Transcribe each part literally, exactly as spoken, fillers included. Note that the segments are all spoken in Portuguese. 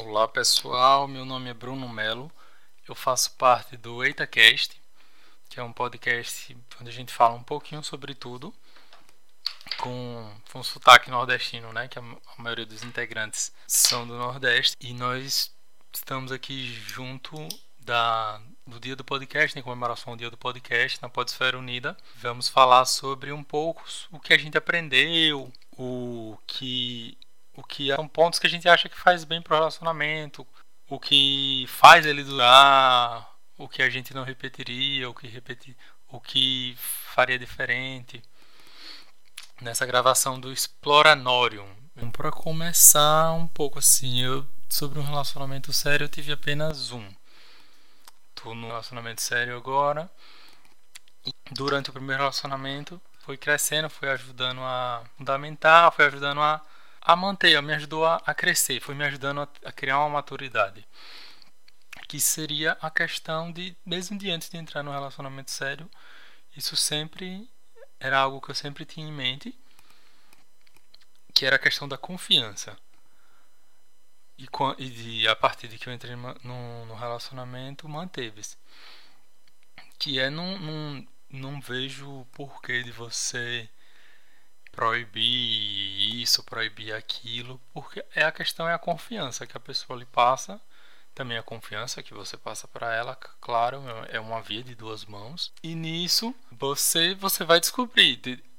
Olá pessoal, meu nome é Bruno Melo, eu faço parte do EitaCast, que é um podcast onde a gente fala um pouquinho sobre tudo, com, com sotaque nordestino, né, que a, a maioria dos integrantes são do Nordeste, e nós estamos aqui junto da, do dia do podcast, em comemoração ao dia do podcast na Podesfera Unida. Vamos falar sobre um pouco o que a gente aprendeu, o que o que são pontos que a gente acha que faz bem pro relacionamento, o que faz ele durar, o que a gente não repetiria, o que repetir, o que faria diferente nessa gravação do Exploranorium. Para começar um pouco assim, eu sobre um relacionamento sério eu tive apenas um. Tô num relacionamento sério agora. E durante o primeiro relacionamento foi crescendo, foi ajudando a fundamentar, foi ajudando a a manter, me ajudou a, a crescer, foi me ajudando a, a criar uma maturidade. Que seria a questão de, mesmo de antes de entrar no relacionamento sério, isso sempre era algo que eu sempre tinha em mente, que era a questão da confiança. E, e de, a partir de que eu entrei no, no relacionamento, manteve-se. Que é, não, não, não vejo porquê de você proibir isso, proibir aquilo, porque é a questão é a confiança que a pessoa lhe passa, também a confiança que você passa para ela, claro, é uma via de duas mãos. E nisso você você vai descobrir,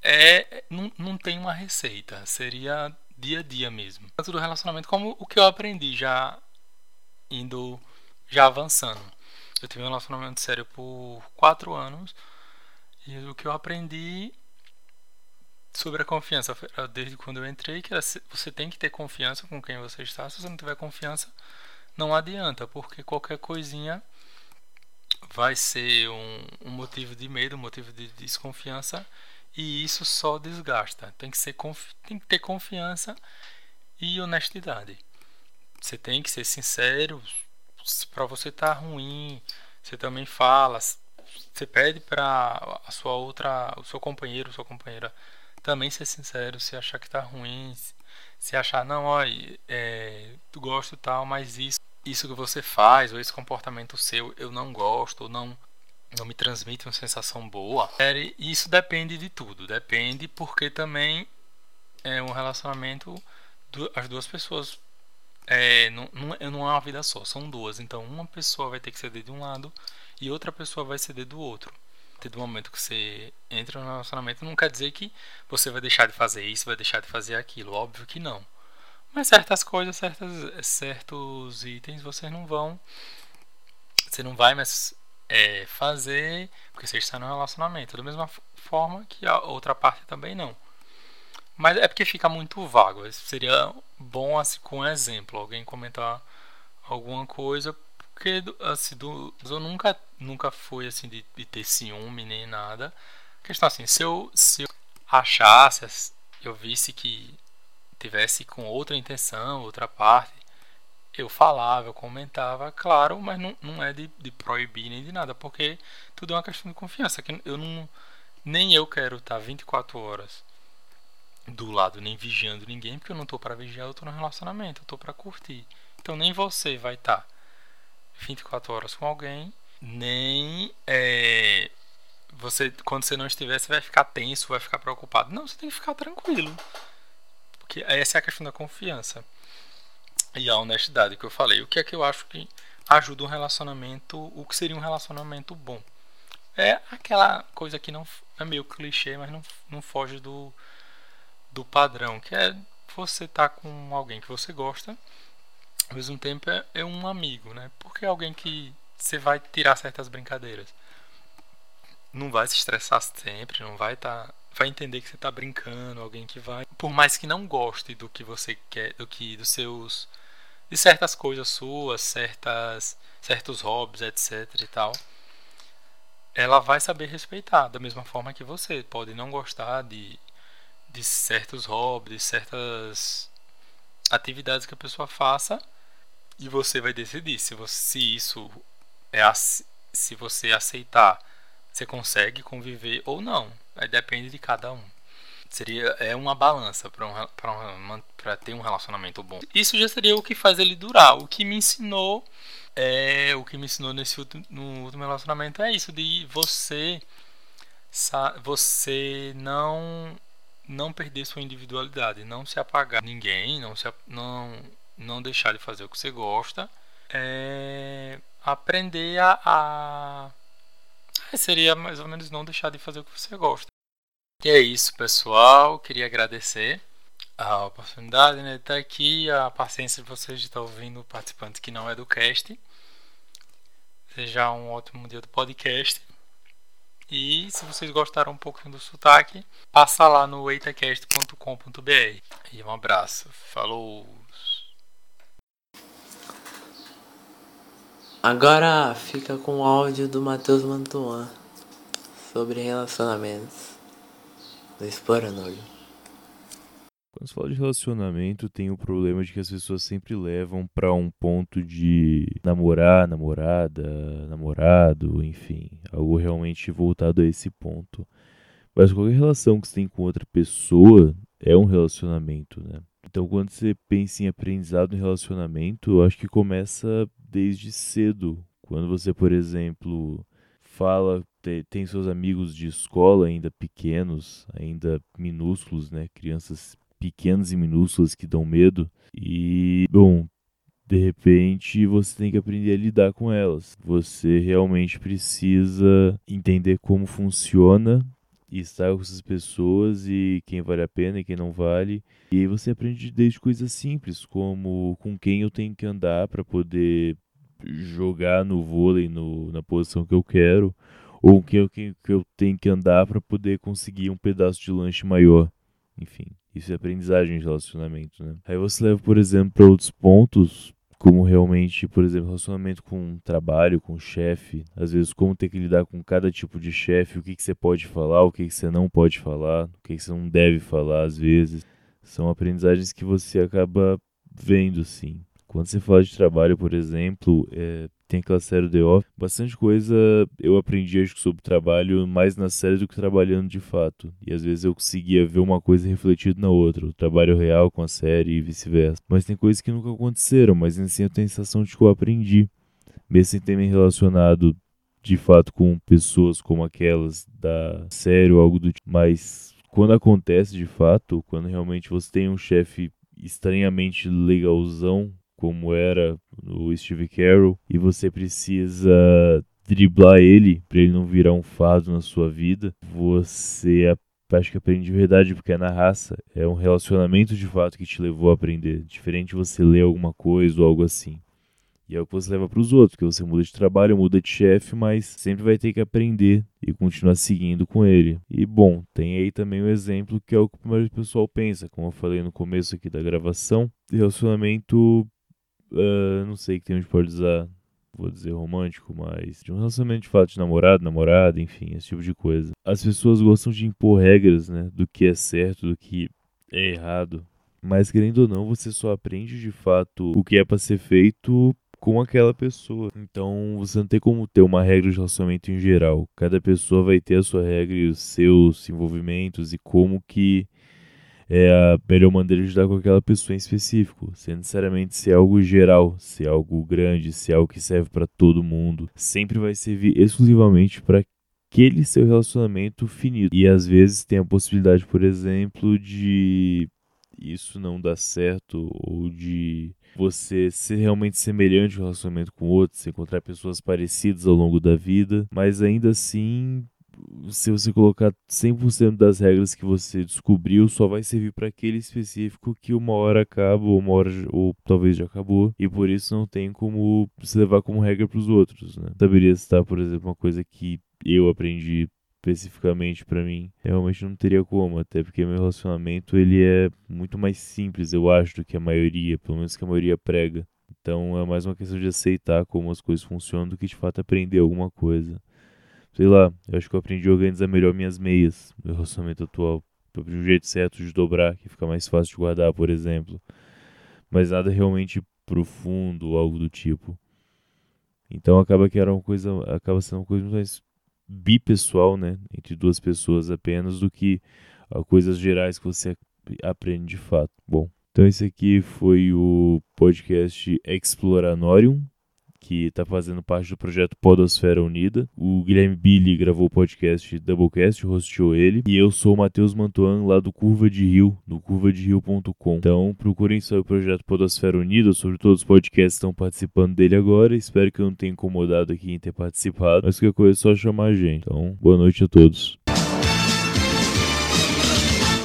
é não, não tem uma receita, seria dia a dia mesmo. Tanto do relacionamento como o que eu aprendi já indo já avançando. Eu tive um relacionamento sério por quatro anos e o que eu aprendi sobre a confiança, desde quando eu entrei, que você tem que ter confiança com quem você está. Se você não tiver confiança, não adianta, porque qualquer coisinha vai ser um, um motivo de medo, um motivo de desconfiança, e isso só desgasta. Tem que, ser, tem que ter confiança e honestidade. Você tem que ser sincero. Para você estar tá ruim, você também fala. Você pede para a sua outra, o seu companheiro, sua companheira também ser sincero, se achar que tá ruim, se achar, não, olha, é, tu gosta e tal, mas isso, isso que você faz, ou esse comportamento seu, eu não gosto, ou não, não me transmite uma sensação boa. É, isso depende de tudo, depende porque também é um relacionamento, as duas pessoas, é, não, não, não é uma vida só, são duas, então uma pessoa vai ter que ceder de um lado e outra pessoa vai ceder do outro. Do momento que você entra no relacionamento, não quer dizer que você vai deixar de fazer isso, vai deixar de fazer aquilo, óbvio que não. Mas certas coisas, certas, certos itens você não vão, você não vai mais é, fazer porque você está no relacionamento. Da mesma forma que a outra parte também não. Mas é porque fica muito vago. Seria bom assim, com um exemplo, alguém comentar alguma coisa. Porque assim, do, eu nunca, nunca fui assim de, de ter ciúme nem nada. A questão assim, se eu, se eu achasse, eu visse que tivesse com outra intenção, outra parte, eu falava, eu comentava, claro, mas não, não é de, de proibir nem de nada, porque tudo é uma questão de confiança. Que eu não, nem eu quero estar vinte e quatro horas do lado, nem vigiando ninguém, porque eu não estou para vigiar, eu estou no relacionamento, eu estou para curtir. Então nem você vai estar vinte e quatro horas com alguém, nem é, você, quando você não estiver, você vai ficar tenso, vai ficar preocupado. Não, você tem que ficar tranquilo, porque essa é a questão da confiança e a honestidade que eu falei. O que é que eu acho que ajuda um relacionamento, o que seria um relacionamento bom? É aquela coisa que não é meio clichê, mas não, não foge do, do padrão, que é você estar tá com alguém que você gosta, ao mesmo tempo é, é um amigo, né? Porque é alguém que você vai tirar certas brincadeiras. Não vai se estressar sempre, não vai estar, tá, vai entender que você está brincando, alguém que vai, por mais que não goste do que você quer, do que dos seus, de certas coisas suas, certas, certos hobbies, etc e tal, ela vai saber respeitar da mesma forma que você pode não gostar de de certos hobbies, de certas atividades que a pessoa faça. E você vai decidir se, você, se isso é se você aceitar, você consegue conviver ou não. Aí depende de cada um. Seria é uma balança para um, para um, para ter um relacionamento bom. Isso já seria o que faz ele durar. O que me ensinou é o que me ensinou nesse último, no último relacionamento é isso de você você não não perder sua individualidade, não se apagar a ninguém, não se não não deixar de fazer o que você gosta, é, aprender a, a seria mais ou menos não deixar de fazer o que você gosta. E é isso, pessoal. Queria agradecer a oportunidade, né, de estar aqui, a paciência de vocês de estar ouvindo o participante que não é do cast. Seja um ótimo dia do podcast. E se vocês gostaram um pouquinho do sotaque, passa lá no eitacast ponto com ponto b r. E um abraço. Falou! Agora fica com o áudio do Matheus Mantuan sobre relacionamentos do Exploranolho. Quando se fala de relacionamento, tem o problema de que as pessoas sempre levam para um ponto de namorar, namorada, namorado, enfim, algo realmente voltado a esse ponto. Mas qualquer relação que você tem com outra pessoa é um relacionamento, né? Então, quando você pensa em aprendizado em relacionamento, eu acho que começa desde cedo. Quando você, por exemplo, fala, tem seus amigos de escola ainda pequenos, ainda minúsculos, né? Crianças pequenas e minúsculas que dão medo. E, bom, de repente você tem que aprender a lidar com elas. Você realmente precisa entender como funciona e estar com essas pessoas e quem vale a pena e quem não vale. E aí você aprende desde coisas simples, como com quem eu tenho que andar para poder jogar no vôlei no, na posição que eu quero, ou com quem eu, quem, que eu tenho que andar para poder conseguir um pedaço de lanche maior. Enfim, isso é aprendizagem de relacionamento, né? Aí você leva, por exemplo, para outros pontos, como realmente, por exemplo, relacionamento com trabalho, com chefe, às vezes como ter que lidar com cada tipo de chefe, o que, que você pode falar, o que, que você não pode falar, o que, que você não deve falar, às vezes. São aprendizagens que você acaba vendo, sim. Quando você fala de trabalho, por exemplo, é, tem aquela série The Office, bastante coisa eu aprendi, acho, sobre trabalho mais na série do que trabalhando de fato. E às vezes eu conseguia ver uma coisa refletida na outra, o trabalho real com a série e vice-versa. Mas tem coisas que nunca aconteceram, mas assim eu tenho a sensação de que eu aprendi, mesmo sem ter me relacionado de fato com pessoas como aquelas da série ou algo do tipo. Mas quando acontece de fato, quando realmente você tem um chefe estranhamente legalzão, como era o Steve Carell, e você precisa driblar ele para ele não virar um fardo na sua vida, você acho que aprende de verdade, porque é na raça, é um relacionamento de fato que te levou a aprender, diferente de você ler alguma coisa ou algo assim. E é o que você leva para os outros, que você muda de trabalho, muda de chefe, mas sempre vai ter que aprender e continuar seguindo com ele. E bom, tem aí também o exemplo que é o que o pessoal pensa, como eu falei no começo aqui da gravação, relacionamento, uh, não sei que tem onde pode usar, vou dizer romântico, mas de um relacionamento de fato de namorado, namorada, enfim, esse tipo de coisa. As pessoas gostam de impor regras, né, do que é certo, do que é errado. Mas querendo ou não, você só aprende de fato o que é para ser feito com aquela pessoa. Então você não tem como ter uma regra de relacionamento em geral. Cada pessoa vai ter a sua regra e os seus envolvimentos e como que é a melhor maneira de lidar com aquela pessoa em específico. Sem necessariamente ser algo geral, ser algo grande, ser algo que serve para todo mundo. Sempre vai servir exclusivamente para aquele seu relacionamento finito. E às vezes tem a possibilidade, por exemplo, de isso não dar certo ou de você ser realmente semelhante ao relacionamento com outros, encontrar pessoas parecidas ao longo da vida, mas ainda assim, se você colocar cem por cento das regras que você descobriu, só vai servir para aquele específico que uma hora acaba, ou uma hora, ou talvez já acabou, e por isso não tem como se levar como regra para os outros, né? Saberia citar, por exemplo, uma coisa que eu aprendi especificamente pra mim, realmente não teria como, até porque meu relacionamento ele é muito mais simples, eu acho, do que a maioria, pelo menos que a maioria prega. Então é mais uma questão de aceitar como as coisas funcionam do que de fato aprender alguma coisa. Sei lá, eu acho que eu aprendi a organizar melhor minhas meias, meu relacionamento atual. Eu aprendi um jeito certo de dobrar, que fica mais fácil de guardar, por exemplo. Mas nada realmente profundo ou algo do tipo. Então acaba que era uma coisa, acaba sendo uma coisa muito mais bipessoal, né, entre duas pessoas apenas, do que a coisas gerais que você aprende de fato. Bom, então esse aqui foi o podcast Exploranorium, que está fazendo parte do projeto Podosfera Unida. O Guilherme Billy gravou o podcast Doublecast, hosteou ele. E eu sou o Matheus Mantuan, lá do Curva de Rio, do curva de rio ponto com. Então procurem sobre o projeto Podosfera Unida, sobre todos os podcasts que estão participando dele agora. Espero que eu não tenha incomodado aqui em ter participado, mas qualquer coisa é só chamar a gente. Então, boa noite a todos.